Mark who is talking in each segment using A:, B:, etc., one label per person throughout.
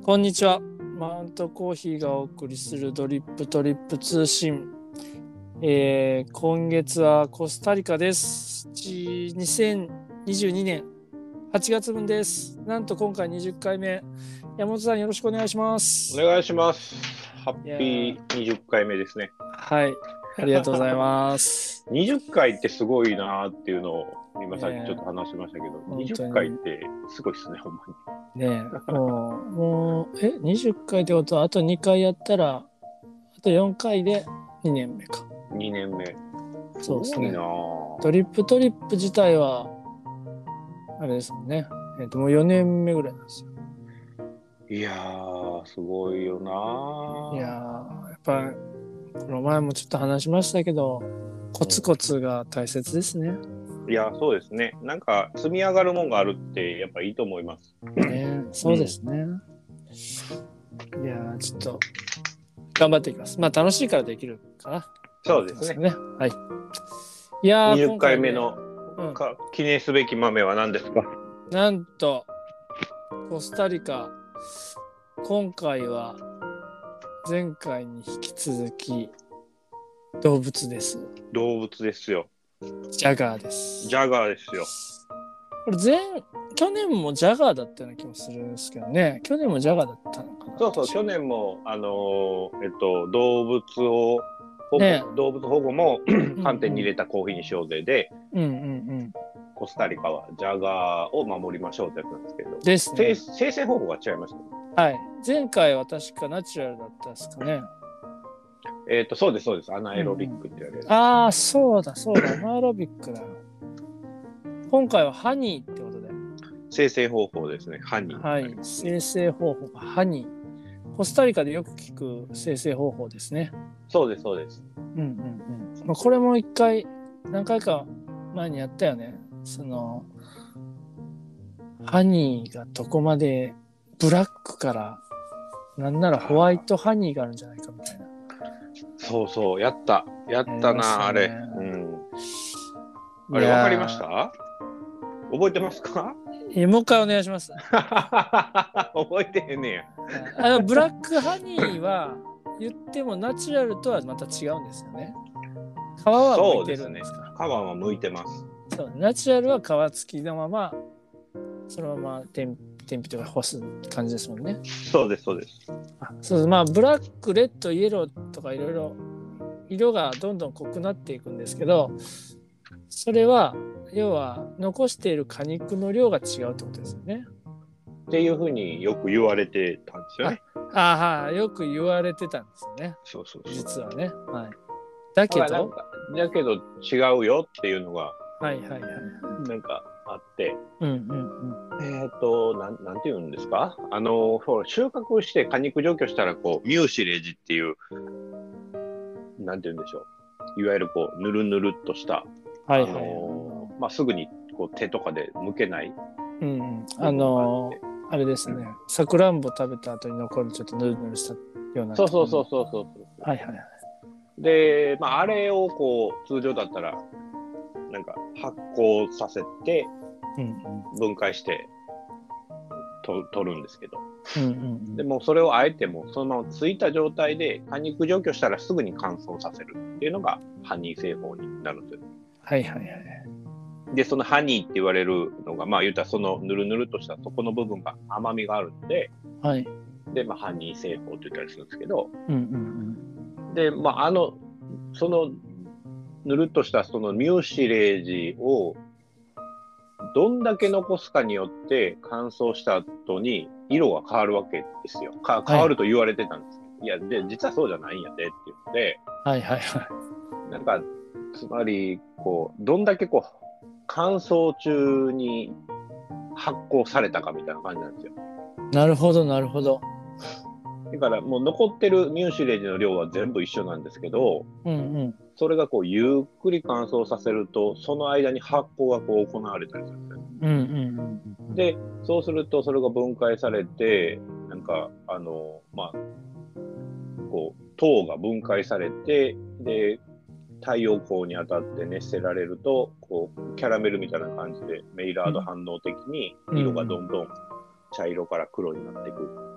A: こんにちは。マウントコーヒーがお送りするドリップトリップ通信。今月はコスタリカです。2022年8月分です。なんと今回20回目。山本さんよろしくお願いします。
B: お願いします。ハ
A: いや
B: ッピー20回目ですね。
A: はい。ありがとうございます。
B: 20回ってすごいなっていうのを今さっきちょっと
A: ね
B: 話しましたけど、
A: 本当
B: 20回っ
A: に
B: てすごいですね、ほんま
A: ね20回ってことはあと2回やったら、あと4回で2年目か。
B: に。2年目。す
A: そうですね。
B: ごいな
A: トリップトリップ自体は、あれですもんね。もう4年目ぐらいなんですよ。
B: いやー、すごいよな
A: いややっぱ、この前もちょっと話しましたけど、コツコツが大切ですね。
B: いや、そうですね。なんか、積み上がるもんがあるって、やっぱいいと思います。
A: ね、そうですね。いやちょっと、頑張っていきます。まあ、楽しいからできるかな。
B: そうですね。
A: はい。いや
B: 20
A: 今回ね
B: 回目の、記念すべき豆は何ですか？
A: なんと、コスタリカ、今回は、前回に引き続き、動物です。
B: 動物ですよ。
A: ジャガーです。
B: ジャガーですよ。
A: これ去年もジャガーだったような気もするんですけどね。去年もジャガーだったのかな。
B: そうそう、去年も、動物を、
A: ね、
B: 動物保護も観点に入れたコーヒーにしようぜで、コスタリカはジャガーを守りましょうってやつなんですけど、
A: ですね。
B: 生成方法が違いましたね。
A: はい。前回は確かナチュラルだったですかね。
B: そうです、そうです。アナエロビックって言われる。
A: ああ、そうだ、アナエロビックだ。今回はハニーってことで。
B: 生成方法ですね。ハニー。
A: はい。生成方法がハニー。コスタリカでよく聞く生成方法ですね。
B: そうです、そうです。
A: まあ、これも何回か前にやったよね。ハニーがどこまでブラックからなんならホワイトハニーがあるんじゃないかみたいな。
B: そうそう、やったな、あれ。あれ、わかりました？覚えてますか？
A: もう一回お願いします。
B: 覚えてへんね
A: や。ブラックハニーは言ってもナチュラルとはまた違うんですよね。皮は剥いてるんですか？
B: 皮は剥いてます。
A: そう、ナチュラルは皮付きのまま、そのまま天日とか干す感じですもんね。
B: そうです、そうです。
A: そうです。まあ、ブラック、レッド、イエローとかいろいろ色がどんどん濃くなっていくんですけど、それは要は残している果肉の量が違うってことですよね。
B: っていうふうによく言われてたんですよね。
A: はい、よく言われてたんですよね。
B: そう
A: 実はね。はい。だけど
B: 違うよっていうのが、なんかあって、なんていうんですか？収穫して果肉除去したら、こう、ミューシレージっていう、なんていうんでしょう。いわゆるこう、ぬるぬるっとした、すぐにこう手とかで剥けない。
A: あれですね。さくらんぼ食べた後に残るちょっとぬるぬるしたような。
B: そう。で、あれをこう、通常だったら、なんか発酵させて、分解して取るんですけど、でもそれをあえてもそのままついた状態で果肉除去したらすぐに乾燥させるっていうのがハニー製法になるんですよ。で、そのハニーって言われるのが、言ったらそのぬるぬるとしたそこの部分が甘みがあるので、で、ハニー製法って言ったりするんですけど、で、そのぬるっとしたそのミューシレージをどんだけ残すかによって乾燥した後に色が変わるわけですよ。変わると言われてたんですけど、で、実はそうじゃないんやでって言って、なんか、つまり、こう、どんだけこう、乾燥中に発酵されたかみたいな感じなんですよ。
A: なるほど。
B: だからもう残ってるミューシレージの量は全部一緒なんですけど、それがこうゆっくり乾燥させると、その間に発酵がこう行われたりするんですよ。で、そうするとそれが分解されて、なんかこう糖が分解されて、で太陽光に当たって熱せられると、こうキャラメルみたいな感じでメイラード反応的に色がどんどん茶色から黒になっていく。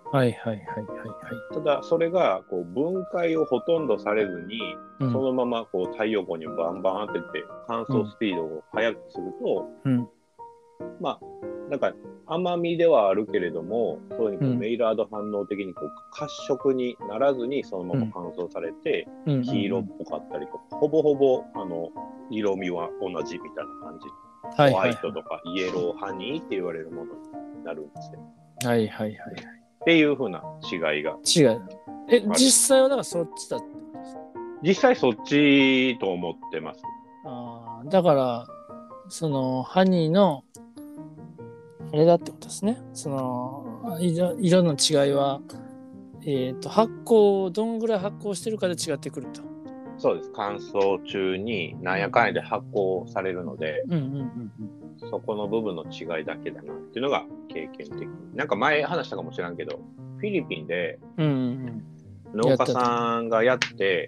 A: はいはいはいはいはい。
B: ただそれがこう分解をほとんどされずに、
A: うん、
B: そのままこう太陽光にバンバン当てて乾燥スピードを速くすると、
A: うん、
B: まあなんか甘みではあるけれども、そういうふうにこうメイラード反応的にこう褐色にならずにそのまま乾燥されて、黄色っぽかったりとか、ほぼほぼ色味は同じみたいな感じ。ホワイトとかイエローハニーって言われるものになるんですよ。
A: はいはいはいはい。
B: っていう風な違いが。
A: 違う。実際はだからそっちだってことですか？
B: 実際そっちと思ってます。
A: ああ、だからそのハニーのあれだってことですね。その色の違いは、発酵どんぐらい発酵してるかで違ってくると。
B: そうです。乾燥中になんやかんやで発酵されるので、そこの部分の違いだけだなっていうのが経験的。なんか前話したかもしれんけど、フィリピンで農家さんがやって、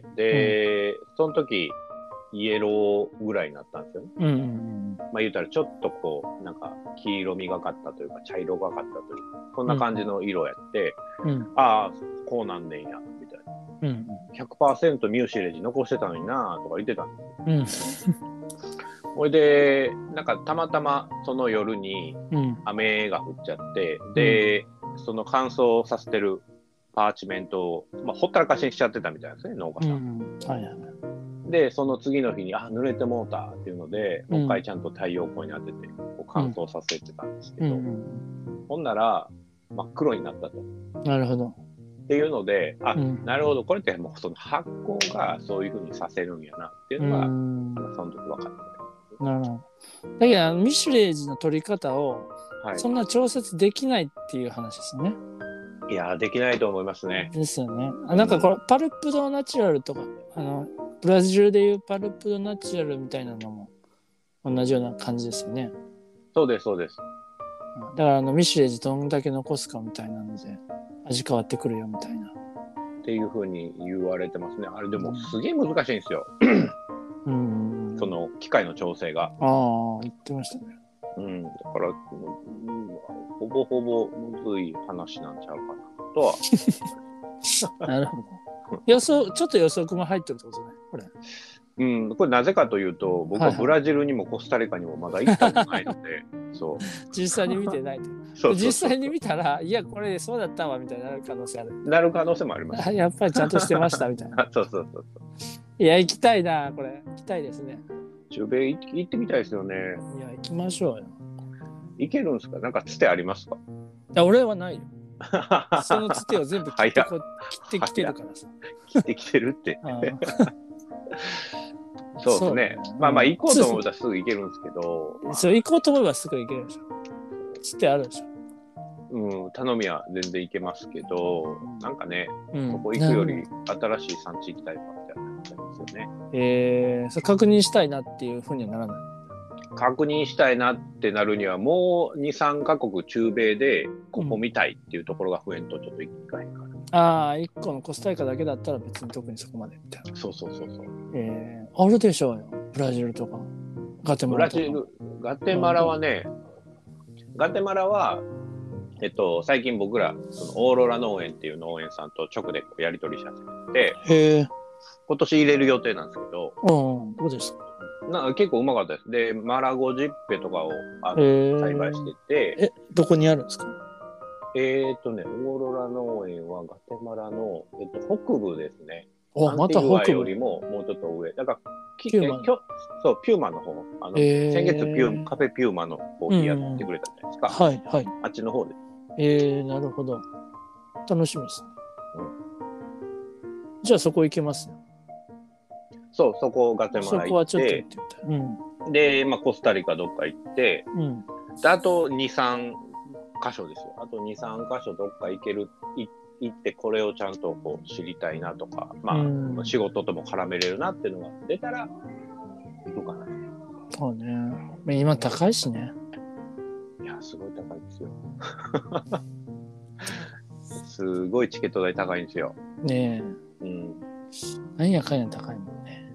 B: で、その時イエローぐらいになったんですよね。まあ言うたらちょっとこうなんか黄色みがかったというか茶色がかったというか、そんな感じの色やって、ああこうなんねんやみたいな。100% ミューシレジ残してたのになとか言ってたんですよ。ほいでなんかたまたまその夜に雨が降っちゃって、でその乾燥させてるパーチメントを、ほったらかしにしちゃってたみたいですね、農家さん。でその次の日に濡れてもうたっていうので、もう一回ちゃんと太陽光に当ててこう乾燥させてたんですけど、ほんなら真っ黒になったと。
A: なるほど。
B: っていうので、なるほど、これってもうその発酵がそういうふうにさせるんやなっていうのが、その時分かった。
A: なるほど。だけどミシュレージの取り方をそんな調節できないっていう話ですね。
B: いやできないと思いますね。
A: ですよね。なんかこれパルプドナチュラルとかブラジルでいうパルプドナチュラルみたいなのも同じような感じですよね。
B: そうですそうです。
A: だからミシュレージどんだけ残すかみたいなので味変わってくるよみたいな。
B: っていうふうに言われてますね。あれでもすげえ難しいんですよ。その機械の調整が。
A: 言ってましたね。
B: だから、ほぼほぼむずい話なんちゃうかなとは。
A: なるほど。ちょっと予測も入ってるってことね、これ。
B: これなぜかというと、僕はブラジルにもコスタリカにもまだ行ったことないので、そう。
A: 実際に見てないと。実際に見たら、いや、これそうだったわみたいになる可能性ある。
B: なる可能性もあります。
A: やっぱりちゃんとしてましたみたいな。
B: そう。
A: いや、行きたいな、これ。行きたいですね。
B: 中米行ってみたいですよね。
A: いや、行きましょうよ。
B: 行けるんですか？なんかつてありますか？
A: いや、俺はないよ。そのつてを全部切ってきてるからさ。
B: 切ってきてるって。そうですね。まあ行こうと思ったらすぐ行けるんですけど。
A: そう、行こうと思えばすぐ行けるでしょ。つてあるでし
B: ょ。頼みは全然行けますけど、なんかね、ここ行くより新しい産地行きたいなって思っちゃいますよね。
A: それ確認したいなっていうふうにはならない。
B: 確認したいなってなるには、もう2、3カ国中米でここ見たいっていうところが増えんとちょっといかへんから。
A: 1個のコスタリカだけだったら別に特にそこまでみたいな。
B: そう。
A: あるでしょうよ。ブラジルとか。ガテマラとか。
B: ガテマラはね、最近僕らそのオーロラ農園っていう農園さんと直でやり取りし始めて、今年入れる予定なんですけど、
A: どうですか？
B: 結構うまかったです。で、マラゴジッペとかを栽培してて。
A: どこにあるんですか？
B: オーロラ農園はガテマラの、北部ですね。
A: また北部
B: よりももうちょっと上。だからピューマの方。先月カフェピューマのコーヒーやってくれたじゃないですか。はい。あっちの方で。
A: なるほど。楽しみですね。じゃあそこ行けますね。
B: そう、そこガテマラ行って、で、コスタリカどっか行って、であと2、3箇所ですよ。あと2、3箇所どっか行ってこれをちゃんとこう知りたいなとか、仕事とも絡めれるなっていうのが出たら行くかな。
A: そうね。今高いしね。
B: いや、すごい高いですよ。すごいチケット代高いんですよ。
A: ねえ。なんやかんや高いもんね。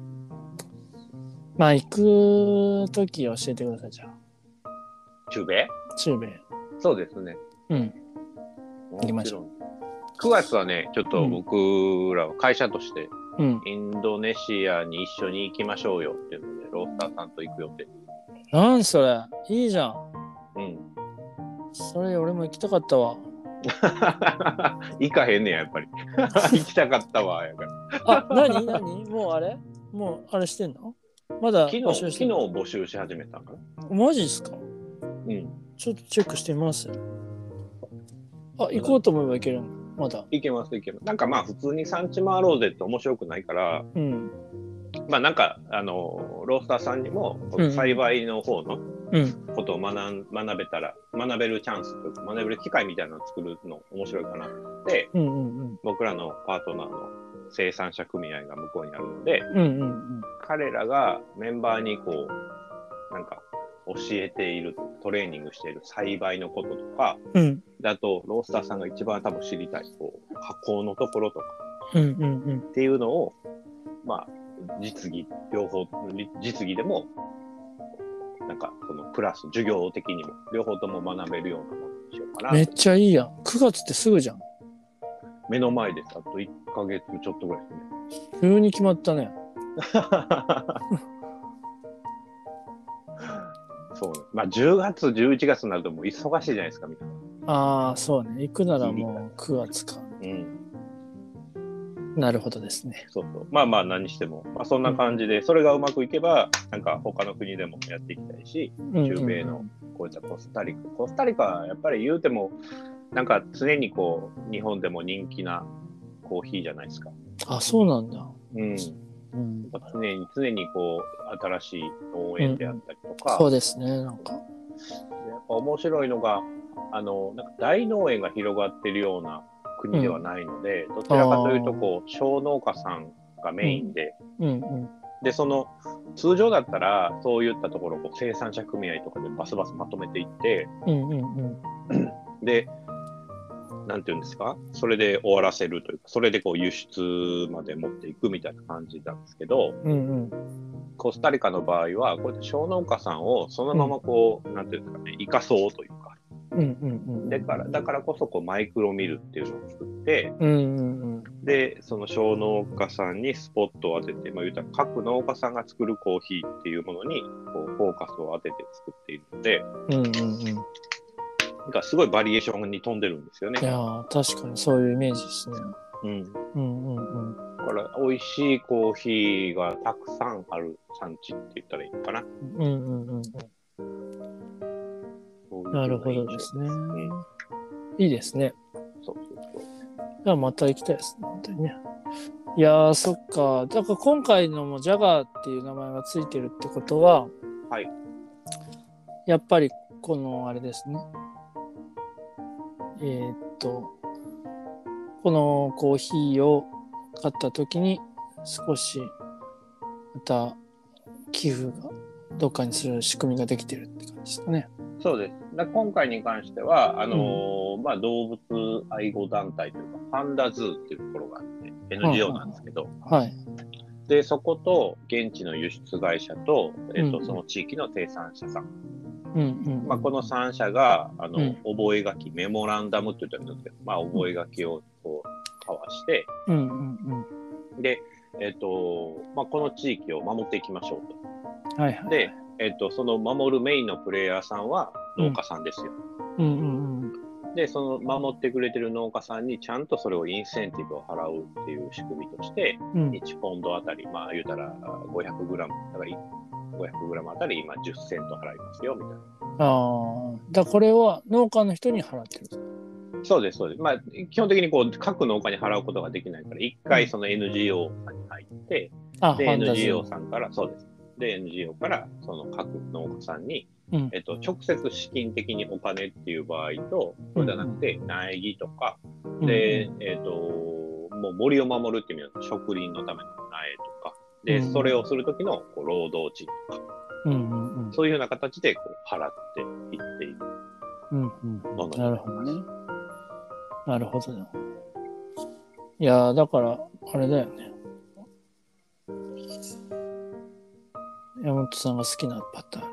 A: 行くとき教えてください、じゃあ。
B: 中米。
A: 中米。
B: そうですね。
A: 行きましょう。
B: 9月はね、ちょっと僕らは会社として、インドネシアに一緒に行きましょうよっていうので、ロースターさんと行く予定。
A: なんそれ、いいじゃん。
B: うん。
A: それ俺も行きたかったわ。
B: 行かへんねや、やっぱり。行きたかったわ、やから。
A: 何もうあれしてんの？まだ
B: 昨日募集し始めたんかな。
A: マジですか？
B: うん。
A: ちょっとチェックしてみます。行こうと思えば行けるの？まだ。
B: 行けます。なんかまあ普通に産地回ろうぜって面白くないから、まあなんかロースターさんにも栽培の方のことを学べたら、学べるチャンスというか学べる機会みたいなのを作るの面白いかなって、僕らのパートナーの生産者組合が向こうにあるので、彼らがメンバーにこうなんか教えている、トレーニングしている栽培のこととか、だとロースターさんが一番多分知りたいこう加工のところとかっていうのを、まあ実技でもなんかそのプラス授業的にも両方とも学べるようなものにしようかな。
A: めっちゃいいやん。9月ってすぐじゃん。
B: 目の前です。あと1ヶ月ちょっとぐらいですね。
A: 急に決まったね。
B: そう、まあ10月11月になるともう忙しいじゃないですかみたいな。
A: ああ、そうね。行くならもう9月か。なるほどですね。
B: そう。まあ何しても、まあ、そんな感じで、それがうまくいけばなんか他の国でもやっていきたいし、中米のこういったコスタリカはやっぱり言うてもなんか常にこう日本でも人気なコーヒーじゃないですか。
A: あ、そうなんだ。
B: 常にこう新しい農園であったりとか、
A: そうですね。なんか
B: やっぱ面白いのがなんか大農園が広がってるような国ではないので、どちらかというとこう小農家さんがメインで、でその通常だったらそういったところをこう生産者組合とかでバスバスまとめていって、でなんていうんですか、それで終わらせるというか、それでこう輸出まで持っていくみたいな感じなんですけど、コスタリカの場合はこうやって小農家さんをそのままこう、なんていうんですかね、生かそうというか、だからこそこうマイクロミルっていうのを作って、でその小農家さんにスポットを当てて、まあ、言うたら各農家さんが作るコーヒーっていうものにこうフォーカスを当てて作っているので、なんかすごいバリエーションに富んでるんですよね。
A: いや確かにそういうイメージですね。
B: だから美味しいコーヒーがたくさんある産地って言ったらいいのかな。
A: なるほどですね。いいですね。じゃあまた行きたいですね、本当にね。いやそっか。だから今回のもジャガーっていう名前がついてるってことは、やっぱりこのあれですね。このコーヒーを買った時に少しまた寄付がどっかにする仕組みができてるって感じですかね。
B: そうです。今回に関してはまあ、動物愛護団体というかパンダズーっていうところがあって NGO なんですけど、でそこと現地の輸出会社と、その地域の生産者さん、まあ、この3社が覚書メモランダムって言ったらいいんですけど、まあ、覚書をこう交わして、で、まあ、この地域を守っていきましょうと。で、その守るメインのプレイヤーさんは農家さんですよ。で、その守ってくれてる農家さんにちゃんとそれをインセンティブを払うっていう仕組みとして、1ポンドあたり、まあ言うたら 500g だから500g あたり今10セント払いますよみたいな。
A: だからこれは農家の人に払ってる。
B: そうです。まあ基本的にこう各農家に払うことができないから、一回その NGO さんに入って、で NGO さんからそうです。で NGO からその各農家さんに、直接資金的にお金っていう場合と、そうじゃなくて苗木とか、でもう森を守るっていう意味の植林のための苗とか。で、それをする時のこう労働賃とか、そういうような形でこう払っていっているものになります。
A: なるほどね。なるほどね。いやだからあれだよね。山本さんが好きなパターン。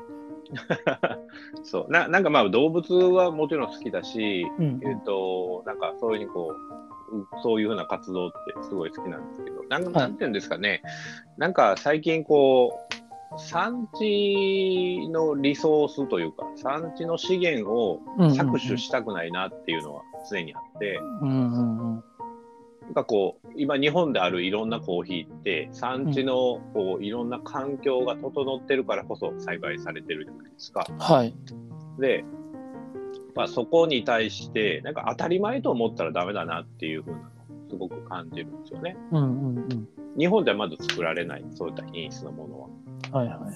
B: そうなんかまあ動物はもちろん好きだし、
A: うん
B: なんかそういうふうにこうそういうふうな活動ってすごい好きなんですけど、なんていうんですかね、なんか最近こう産地のリソースというか産地の資源を搾取したくないなっていうのは常にあって、なんかこう今日本であるいろんなコーヒーって産地のこういろんな環境が整ってるからこそ栽培されてるじゃないですか。
A: はい。
B: で、まあ、そこに対してなんか当たり前と思ったらダメだなっていう風なのをすごく感じるんですよね。日本ではまず作られないそういった品質のものは。
A: はいはいはい。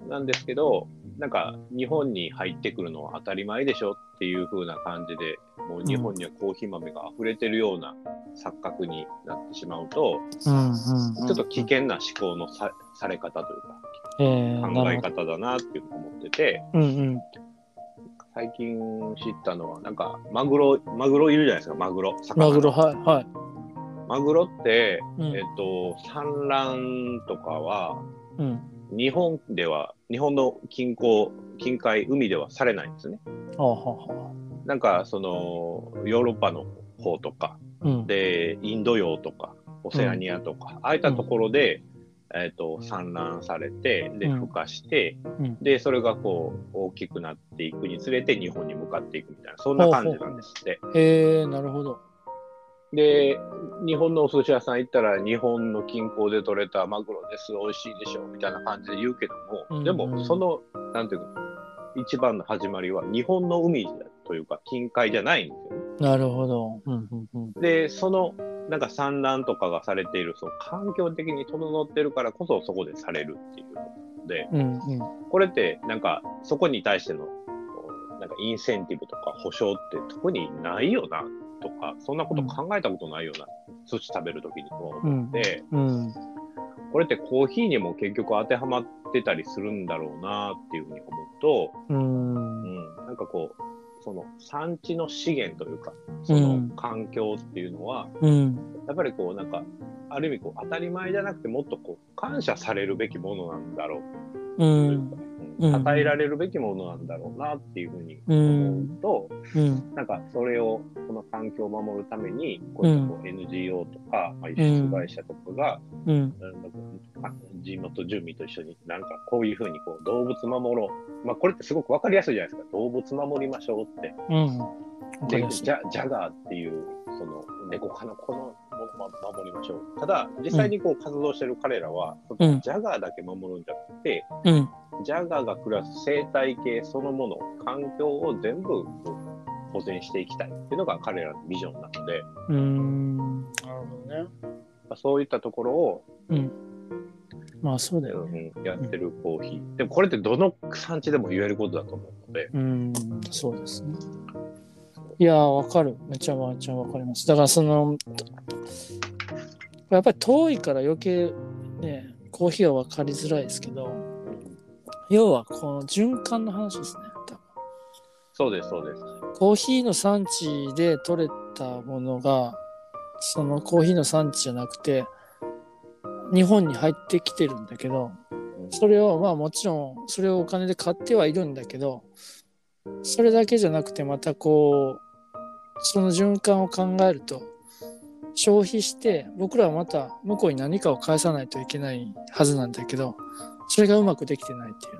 B: なんですけど、なんか日本に入ってくるのは当たり前でしょっていう風な感じで、もう日本にはコーヒー豆が溢れてるような錯覚になってしまうと、ちょっと危険な思考のされ方というか、考え方だなっていうふうに思ってて、最近知ったのは、なんかマグロいるじゃないですか、マグロ、
A: マグロ、はいはい。
B: マグロって、産卵とかは、日本の近海、海ではされないんですね。なんかそのヨーロッパの方とか、でインド洋とかオセアニアとか、ああいったところで、産卵されてで孵化して、でそれがこう大きくなっていくにつれて日本に向かっていくみたいな、そんな感じなんですって。
A: なるほど。
B: で日本のお寿司屋さん行ったら日本の近郊で取れたマグロです、美味しいでしょみたいな感じで言うけども、でもそのなんていうか一番の始まりは日本の海というか近海じゃないんですよね。
A: なるほど。
B: でそのなんか産卵とかがされている、その環境的に整ってるからこそそこでされるっていうことで、これってなんかそこに対してのなんかインセンティブとか保証って特にないよなとか、そんなこと考えたことないよな、寿司食べるときにと思って、これってコーヒーにも結局当てはまってたりするんだろうなっていうふうに思うと、なんかこうその産地の資源というかその環境っていうのは、やっぱりこうなんかある意味こう当たり前じゃなくてもっとこう感謝されるべきものなんだろうというか、称えられるべきものなんだろうなっていうふうに思うと、なんかそれをこの環境を守るためにこういったこう NGO とか、輸出会社とかが、地元住民と一緒になんかこういうふうにこう動物守ろう、これってすごく分かりやすいじゃないですか、動物守りましょうって。でジャガーっていうその猫科のこのものを守りましょう。ただ実際にこう活動してる彼らは、ジャガーだけ守るんじゃなくて、ジャガーが暮らす生態系そのもの、環境を全部保全していきたいっていうのが彼らのビジョンなので、
A: なるほどね。
B: そういったところを、
A: まあそうだよね。
B: やってるコーヒー。でもこれってどの産地でも言えることだと思うので。
A: そうですね。いやわかる。めちゃめちゃわかります。だからそのやっぱり遠いから余計ねコーヒーは分かりづらいですけど、要はこの循環の話ですね。
B: そうですそうです。
A: コーヒーの産地で取れたものがそのコーヒーの産地じゃなくて日本に入ってきてるんだけど、それをもちろんそれをお金で買ってはいるんだけど、それだけじゃなくてまたこうその循環を考えると消費して僕らはまた向こうに何かを返さないといけないはずなんだけど、それがうまくできてないっていう。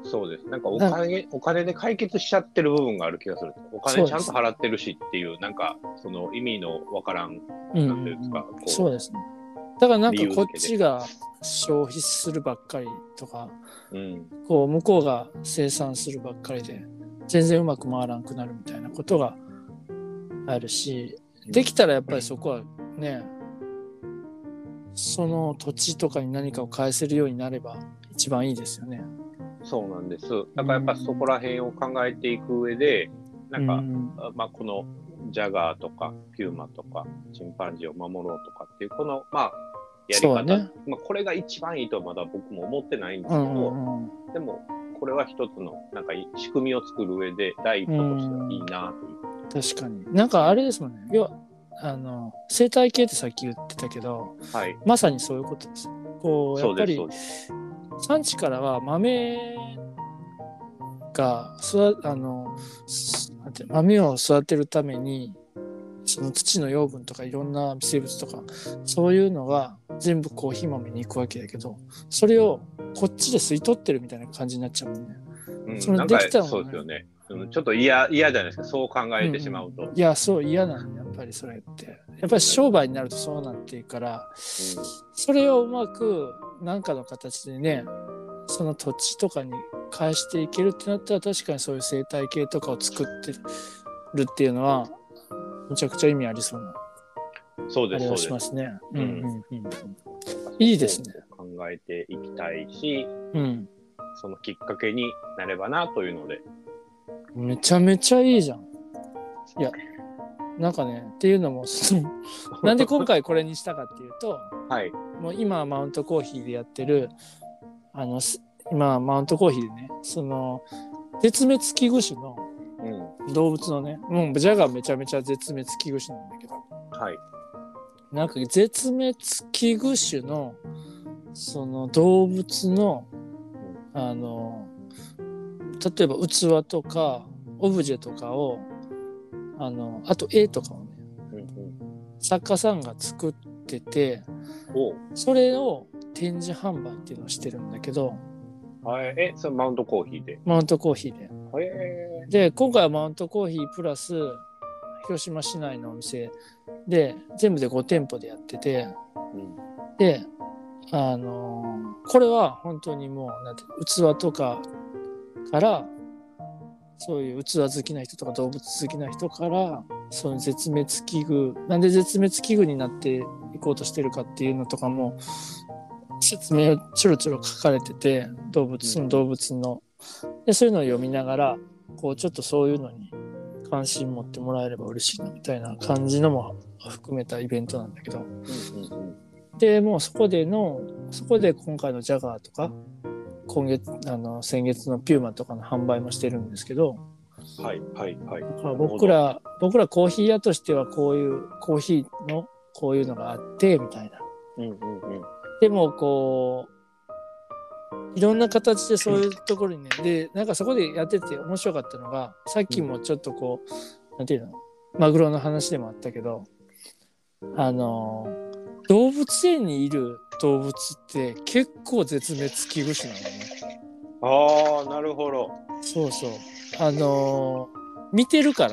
B: そうです。なんかお金で解決しちゃってる部分がある気がする。お金ちゃんと払ってるしっていう、なんかその意味のわからん、なんていうんですか。
A: そうですね。だからなんかこっちが消費するばっかりとか、こう向こうが生産するばっかりで全然うまく回らんくなるみたいなことがあるし、できたらやっぱりそこはね、その土地とかに何かを返せるようになれば一番いいですよね。
B: そうなんです。だからやっぱそこら辺を考えていく上で、なんか、このジャガーとかピューマとかチンパンジーを守ろうとかっていうこのやり方、これが一番いいとはまだ僕も思ってないんですけど、でもこれは一つのなんか仕組みを作る上で第一歩としてはいいなという。
A: 確かに。なんかあれですもんね。要は生態系ってさっき言ってたけど、まさにそういうことです。こうやっぱり産地からは豆がなんて豆を育てるためにその土の養分とかいろんな微生物とかそういうのが全部コーヒー豆に行くわけだけど、それをこっちで吸い取ってるみたいな感じになっちゃうもんね。そのできたのもね、
B: そうですよね。ちょっと嫌じゃないですか、そう考えてしまうと。
A: いや、そう嫌なんだ、やっぱりそれって。やっぱり商売になるとそうなっていくから、それをうまく何かの形でね、その土地とかに返していけるってなったら、確かにそういう生態系とかを作ってるっていうのはむちゃくちゃ意味ありそうなあれはしますね。いいですね。
B: 考えていきたいし、そのきっかけになればなというので。
A: めちゃめちゃいいじゃん。いや、なんかね、っていうのもなんで今回これにしたかっていうと、
B: はい、
A: もう今マウントコーヒーでやってる今マウントコーヒーでね、その絶滅危惧種の動物のね、もうジャガーめちゃめちゃ絶滅危惧種なんだけど、
B: はい、
A: なんか絶滅危惧種のその動物の例えば器とかオブジェとかをあと絵とかをね、作家さんが作ってて、それを展示販売っていうのをしてるんだけど、
B: それマウントコーヒーで。
A: マウントコーヒーで。で、今回はマウントコーヒープラス広島市内のお店で全部で5店舗でやってて、で、これは本当にもうなんて器とかからそういう器好きな人とか動物好きな人からその絶滅危惧なんで絶滅危惧になっていこうとしてるかっていうのとかも説明をちょろちょろ書かれてて、動物のでそういうのを読みながらこうちょっとそういうのに関心持ってもらえれば嬉しいなみたいな感じのも含めたイベントなんだけど、でもうそこで今回のジャガーとか先月のピューマとかの販売もしてるんですけど、だから僕らコーヒー屋としてはこういうコーヒーのこういうのがあってみたいな、でもこういろんな形でそういうところにね、でなんかそこでやってて面白かったのが、さっきもちょっとこうなんていうのマグロの話でもあったけど、動物園にいる動物って結構絶滅危惧種なのね。
B: ああ、なるほど。
A: そうそう。見てるから、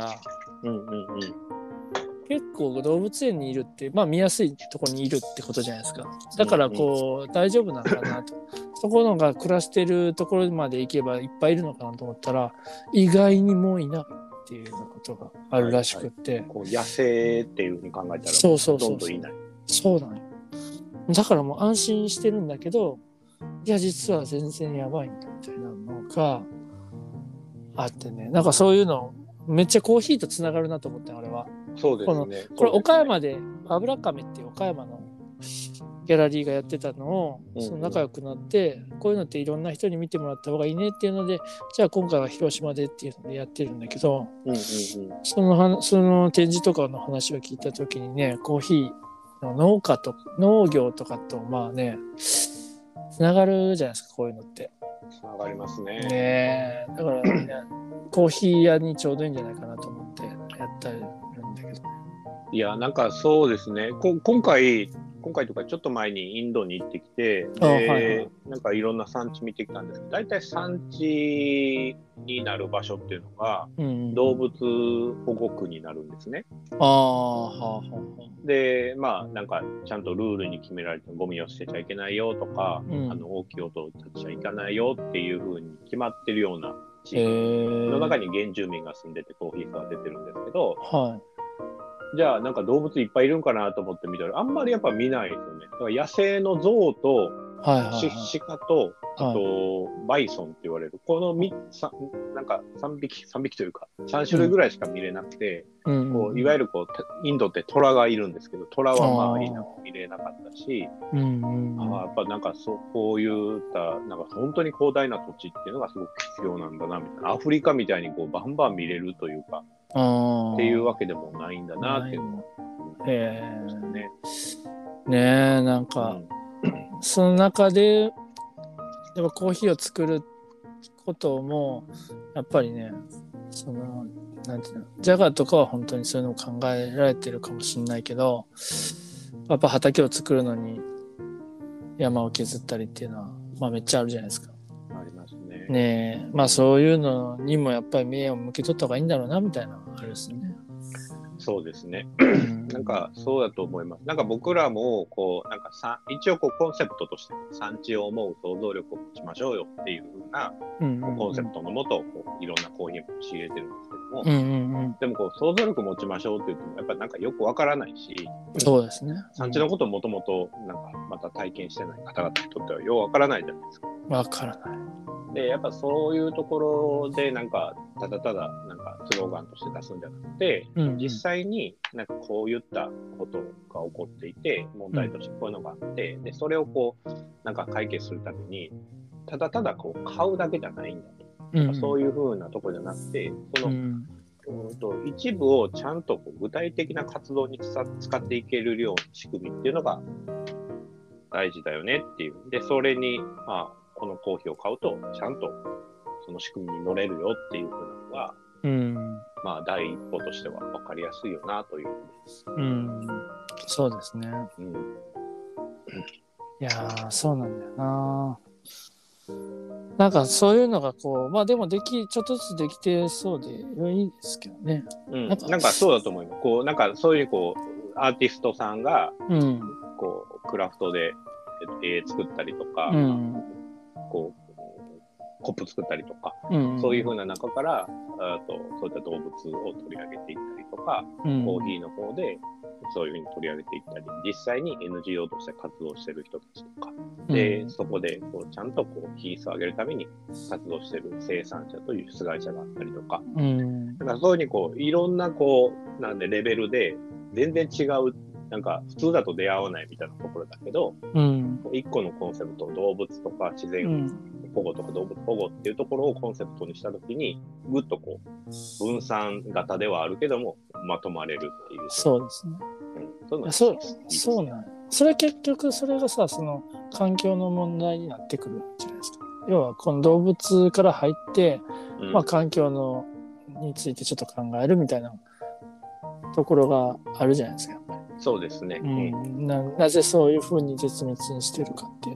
A: 結構動物園にいるって、まあ見やすいところにいるってことじゃないですか。だからこう、大丈夫なのかなと。そこのが暮らしてるところまで行けばいっぱいいるのかなと思ったら、意外にもういないっていうことがあるらしくって。
B: こう野生っていうふうに考えたら、どんどんいない。
A: そうなのよ。だからもう安心してるんだけど、いや実は全然やばいんだみたいなのがあってね、なんかそういうのめっちゃコーヒーとつながるなと思って俺は。
B: そうですね。
A: これ岡山で油亀っていう岡山のギャラリーがやってたのをその仲良くなって、こういうのっていろんな人に見てもらった方がいいねっていうので、じゃあ今回は広島でっていうのでやってるんだけど、その展示とかの話を聞いた時にね、コーヒーの農業とかとまあねつながるじゃないですか、こういうのって。
B: つながりますね。
A: ね、だから、ね、コーヒー屋にちょうどいいんじゃないかなと思ってやってるんだけど。
B: いや、なんかそうですね。今回とかちょっと前にインドに行ってきて、なんかいろんな産地見てきたんですけど、大体産地になる場所っていうのが、動物保護区になるんですね。で、まあなんかちゃんとルールに決められてゴミを捨てちゃいけないよとか、大きい音を立てちゃいけないよっていう風に決まってるような地域の中に原住民が住んでてコーヒーが出てるんですけど、じゃあなんか動物いっぱいいるんかなと思って見たらあんまりやっぱ見ないですよね。だから野生の象と鹿とあとバイソンって言われるこのなんか3匹というか3種類ぐらいしか見れなくて、こういわゆるこうインドって虎がいるんですけど、虎はまあ見れなかったし、やっぱなんかこういったなんか本当に広大な土地っていうのがすごく必要なんだなみたいな。アフリカみたいにこうバンバン見れるというかっていうわけでもないんだなっていうのを思いましたね。
A: ねえ、なんか、その中でやっぱコーヒーこともやっぱりね、なんていうの、ジャガーとかは本当にそういうのを考えられてるかもしれないけど、やっぱ畑を作るのに山を削ったりっていうのは、めっちゃあるじゃないですか。
B: ありますね。
A: ねえ、そういうのにもやっぱり目を向けとった方がいいんだろうなみたいなのがあるですよね。
B: そうですね。なんかそうだと思います。なんか僕らも一応コンセプトとして産地を思う想像力を持ちましょうよっていう風な、コンセプトのもといろんなコーヒーも仕入れてるんですけども、でも想像力持ちましょうって言ってもやっぱりなんかよくわからないし、
A: そうですね。
B: 産地のことをもともとなんかまた体験してない方々にとってはようわからないじゃないですか。
A: わからない。
B: で、やっぱそういうところでなんかただただなんかスローガンとして出すんじゃなくて、実際になんかこういったことが起こっていて、問題としてこういうのがあって、でそれをなんか解決するためにただただ買うだけじゃないんだと、そういう風なところじゃなくて、一部をちゃんと具体的な活動に使っていけるような仕組みっていうのが大事だよねっていう。で、それにこのコーヒーを買うとちゃんとその仕組みに乗れるよっていう風なのが、第一歩としては分かりやすいよなという。
A: そうですね。いやー、そうなんだよな。なんかそういうのがでもちょっとずつできてそうでいいですけどね。
B: なんかそうだと思います。なんかそういうアーティストさんが、クラフトで絵作ったりとか、コップ作ったりとか、そういう風な中からそういった動物を取り上げていったりとか、コーヒーの方でそういう風に取り上げていったり、実際に NGO として活動してる人たちとか、でそこでちゃんと品質を上げるために活動してる生産者と輸出会社があったりとか、だからそういう風にいろんななんでレベルで全然違う、なんか普通だと出会わないみたいなところだけど、一個のコンセプト、動物とか自然保護とか動物保護っていうところをコンセプトにしたときに、ぐっと分散型ではあるけどもまとまれるっていう。
A: そうですね。そうなん。それ結局それがさ、その環境の問題になってくるじゃないですか。要はこの動物から入って、環境についてちょっと考えるみたいなところがあるじゃないですか。
B: そうですね。
A: なぜそういうふうに絶滅にしてるかっていう。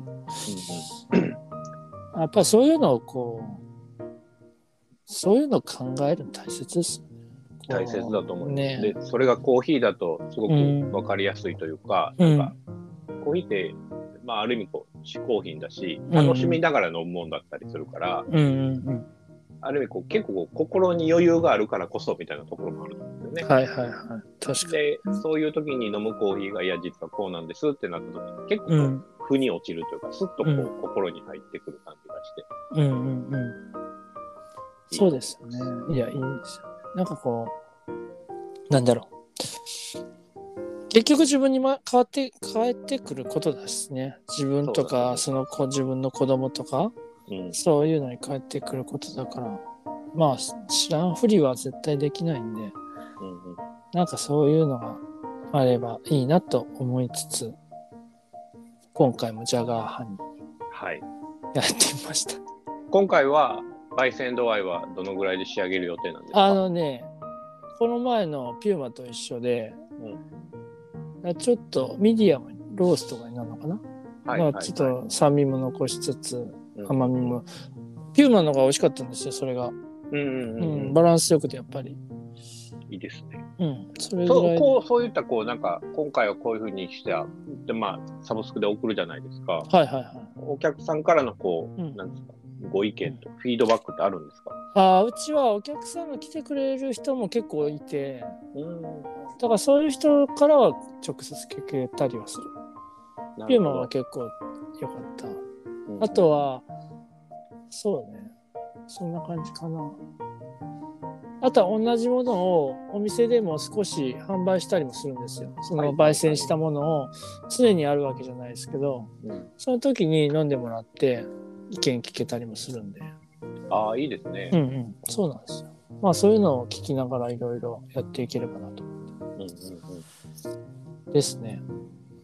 A: やっぱりそういうのをそういうのを考えるの大切ですよね。
B: 大切だと思います。で、それがコーヒーだとすごく分かりやすいというか、なんかコーヒーってある意味嗜好品だし、楽しみながら飲むもんだったりするから、ある意味結構心に余裕があるからこそみたいなところもあるんですよね。確かに。で、そういう時に飲むコーヒーが実はこうなんですってなった時に結構腑に落ちるというか、スッと心に入ってくる感じがして。
A: そうですよね。いや、いいんですよね。なんかなんだろう。結局自分に変わってくることだしね。自分とか、自分の子供とか、そういうのに変わってくることだから、知らんふりは絶対できないんで、なんかそういうのがあればいいなと思いつつ、今回もジャガーハニーやってみました。
B: 今回は焙煎度合いはどのぐらいで仕上げる予定なんですか？
A: この前のピューマと一緒で、ちょっとミディアムローストがになるのかな、ちょっと酸味も残しつつ甘みも、ピューマの方が美味しかったんですよ。それがバランスよくてやっぱり
B: いいですね。
A: それぐらい
B: そういったなんか今回はこういう風にしてサブスクで送るじゃないですか。お客さんからのなんですか、ご意見とフィードバックってあるんですか？
A: うちはお客さんが来てくれる人も結構いて、だからそういう人からは直接聞けたりはする。ピューマは結構良かった。あとはそうね、そんな感じかな。あとは同じものをお店でも少し販売したりもするんですよ。その焙煎したものを常にあるわけじゃないですけど、その時に飲んでもらって意見聞けたりもするんで。
B: いいですね。
A: そうなんですよ。そういうのを聞きながらいろいろやっていければなと思って。ですね。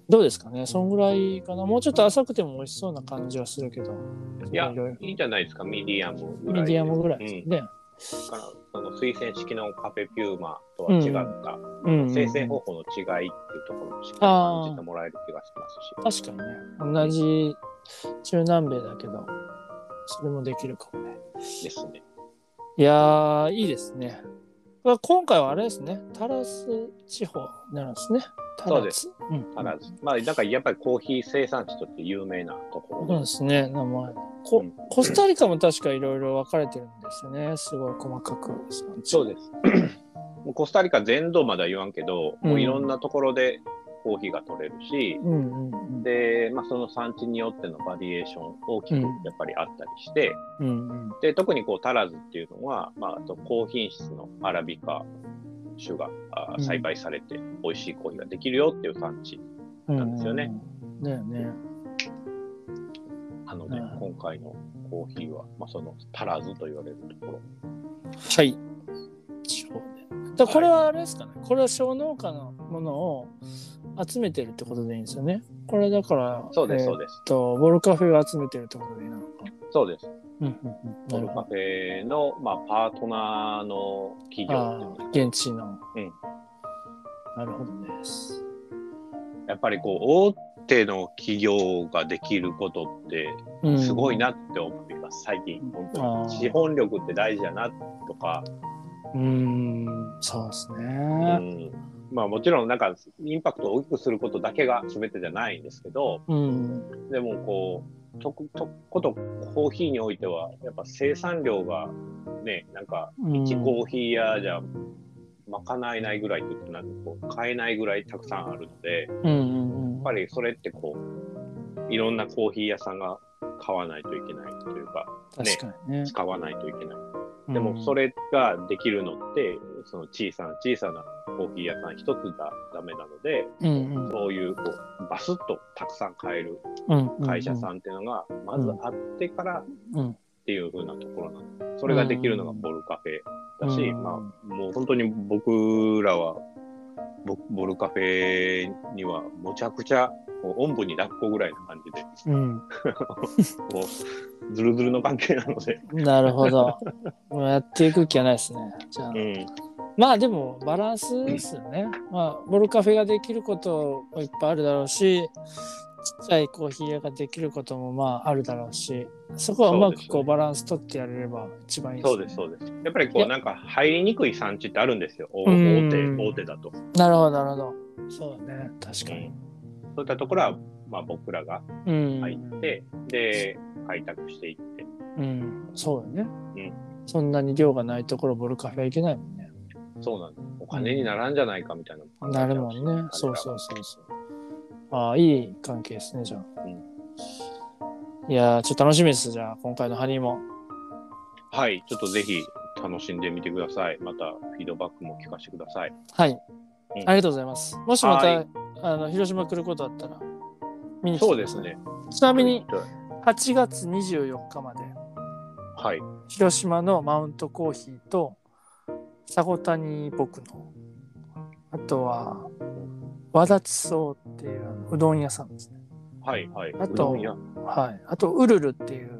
A: どうですかね、そんぐらいかな。もうちょっと浅くても美味しそうな感じはするけど。
B: いや、いいんじゃないですか、ミディアムぐらい。
A: ミディアムぐらいですね。
B: からその水洗式のカフェピューマとは違った、生成方法の違いっていうところもしっかり感じてもらえる気がしますし。
A: 確かにね、同じ中南米だけど、それもできるかもね。
B: ですね。
A: いやー、いいですね。今回はあれですね、タラス地方なんですね。
B: そうです。タラス。まあ、だからやっぱりコーヒー生産地として有名なところ
A: そうですね、名前。コスタリカも確かいろいろ分かれてるんですよね、すごい細かく。
B: そうです。コスタリカ全土までは言わんけど、もういろんなところでコーヒーが取れるし、で、まあ、その産地によってのバリエーション大きくやっぱりあったりして、で特にこうタラズっていうのは、まあ、高品質のアラビカ種が栽培されて美味しいコーヒーができるよっていう産地なんですよね。
A: だよね。
B: なので、今回のコーヒーは、まあ、そのタラズと言われるところ。
A: はい。これはあれですかね、これは小農家のものを集めてるってことでいいんですよね。これだから、
B: そうです、そうです。
A: ボルカフェが集めてるってことでいいのか。
B: そうです。ボルカフェの、まあ、パートナーの企業
A: 現地の。なるほどです。
B: やっぱりこう大手の企業ができることってすごいなって思います、最近。本当に資本力って大事だなとか。
A: そうですね。
B: まあもちろんなんかインパクトを大きくすることだけが全てじゃないんですけど、でもこうことコーヒーにおいてはやっぱ生産量がね、なんか1コーヒー屋じゃ賄えないぐらいって言ってなんかこう買えないぐらいたくさんあるので、やっぱりそれってこういろんなコーヒー屋さんが買わないといけないというか、ね、使わないといけない。でもそれができるのってその小さなコーヒー屋さん一つじゃダメなので、そういうこうバスッとたくさん買える会社さんっていうのがまずあってからっていう風なところなので、それができるのがボルカフェだし、まあもう本当に僕らはボルカフェにはむちゃくちゃおんぶに抱っこぐらいな感じで、もうズルズルの関係なので。
A: なるほど。もうやっていく気はないですね。じゃあ、まあでもバランスですよね。まあボルカフェができることもいっぱいあるだろうし、ちっちゃいコーヒー屋ができることもまああるだろうし、そこはうまくこうバランス取ってやれれば一番いいですね。
B: そうです。やっぱりこうなんか入りにくい産地ってあるんですよ。大手だと。
A: なるほど。そうだね。確かに。
B: そういったところはまあ僕らが入って、で開拓していって。
A: そうだね。そんなに量がないところボルカフェはいけないもんね。
B: そうなんです。お金にならんじゃないかみたいな。
A: なるもんね。そう。ああ、いい関係ですね、じゃあ。いやー、ちょっと楽しみです、じゃあ、今回のハニーも。
B: はい、ちょっとぜひ楽しんでみてください。またフィードバックも聞かせてください。
A: はい。ありがとうございます。もしまた、広島来ることあったら、見に来てください。そうですね。ちなみに、8月24日まで、広島のマウントコーヒーと、サゴタニ僕の、あとは、和田地蔵っていううどん屋さんですね。あと、ウルルっていう、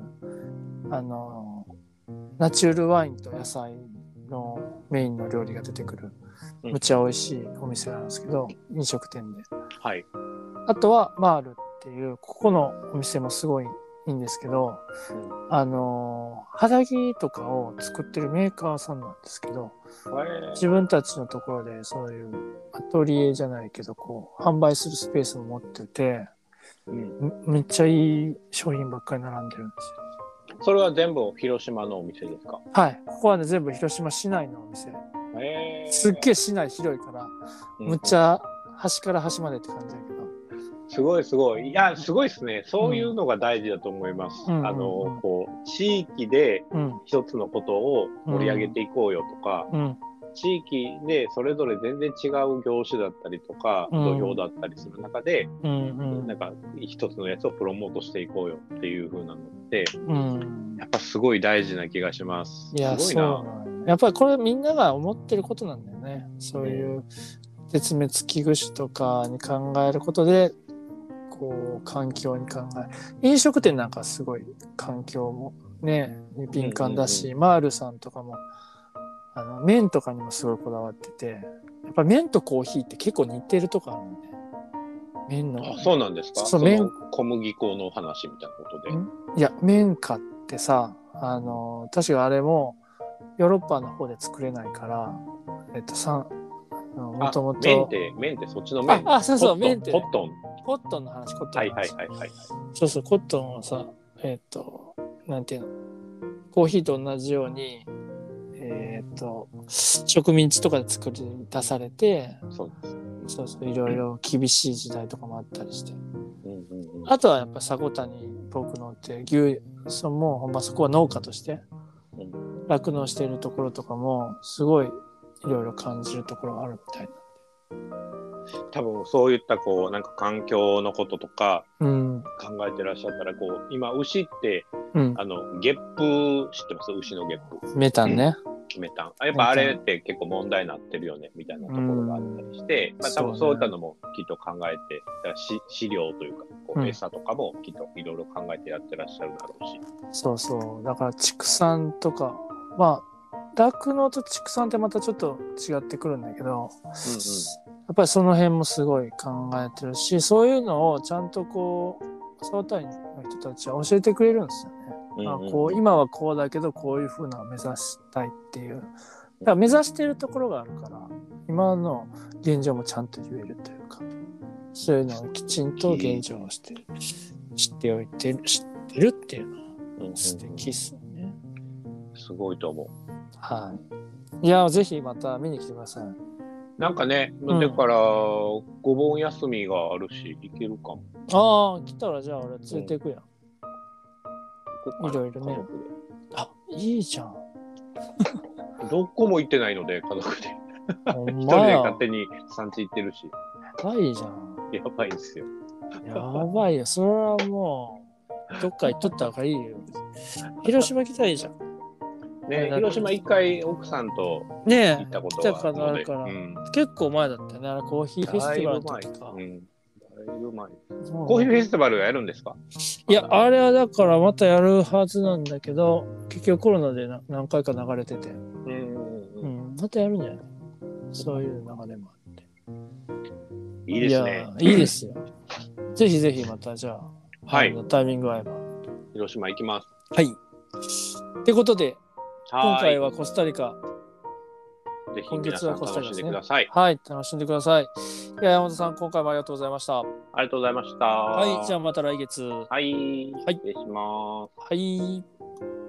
A: ナチュールワインと野菜のメインの料理が出てくる、むちゃ美味しいお店なんですけど、飲食店で。あとは、マールっていう、ここのお店もすごいいいんですけど、肌着とかを作ってるメーカーさんなんですけど、自分たちのところでそういうアトリエじゃないけどこう販売するスペースも持ってて、めっちゃいい商品ばっかり並んでるんです
B: よ。それは全部広島のお店ですか？
A: はい、ここはね全部広島市内のお店。すっげえ市内広いから、むっちゃ端から端までって感じだけど。
B: すごい。いや、すごいですね。そういうのが大事だと思います。こう、地域で一つのことを盛り上げていこうよとか、地域でそれぞれ全然違う業種だったりとか、土俵だったりする中で、なんか一つのやつをプロモートしていこうよっていう風なのって、やっぱすごい大事な気がします。
A: いや、すごいな。やっぱりこれみんなが思ってることなんだよね。そういう絶滅危惧種とかに考えることで、 こう環境に考飲食店なんかすごい環境もね敏感だし、マールさんとかも麺とかにもすごいこだわってて、やっぱ麺とコーヒーって結構似てるとこあるんで、麺の
B: そうなんですか。
A: そう麺
B: 小麦粉の話みたいなことで。
A: いや麺買ってさ確かあれもヨーロッパの方で作れないからもともと
B: 麺ってそっちの麺。
A: そうそう麺って
B: コットン
A: の話
B: はい
A: そうコットンをさなんていうのコーヒーと同じように植民地とかで作り出されて、そういろいろ厳しい時代とかもあったりして、あとはやっぱ迫田に僕のってもうほんまそこは農家として酪農しているところとかもすごいいろいろ感じるところがあるみたいなんで、
B: 多分そういったこうなんか環境のこととか考えてらっしゃったら、こう今牛って、ゲップ知ってます？牛のゲップ
A: メタンね、
B: メタンやっぱあれって結構問題になってるよねみたいなところがあったりして、多分そういったのもきっと考えて、飼料というかこう餌とかもきっといろいろ考えてやってらっしゃるだろうし、
A: そうだから畜産とか酪農と畜産ってまたちょっと違ってくるんだけど、やっぱりその辺もすごい考えてるし、そういうのをちゃんとこう沢谷の人たちは教えてくれるんですよね。今はこうだけどこういう風なのを目指したいっていう、だから目指しているところがあるから今の現状もちゃんと言えるというか、そういうのをきちんと現状を知ってるっていうのは素敵っすよね。
B: すごいと思う。
A: はい。いやぜひまた見に来てください。
B: なんかね、だからお盆休みがあるし行けるかも。
A: 来たらじゃあ俺連れて行くやん。いろいろね。いいじゃん。
B: どこも行ってないので、家族で。一人で勝手に産地行ってるし。
A: やばいじゃん。
B: やばいですよ。
A: やばいよ。それはもう、どっか行っとった方がいいよ。広島来たらいいじゃん。
B: ね、広島一回奥さんと行ったことが
A: あるから、結構前だったよね。コーヒーフェスティバルの時か。だいぶ前。コーヒーフェスティバルやるんですか？ いや、あれはだからまたやるはずなんだけど、結局コロナで何回か流れてて。またやるんじゃない？そういう流れもあって。
B: いいですね。
A: いいですよ。ぜひぜひまたじゃあ、タイミング合えば。
B: 広島行きます。
A: はい。ってことで、今回はコスタリカ。
B: ぜひ皆さん楽しんでください。
A: はい、楽しんでください。山本さん、今回もありがとうございました。
B: ありがとうございました。
A: はい、じゃあまた来月。
B: はい、失礼します。
A: はい。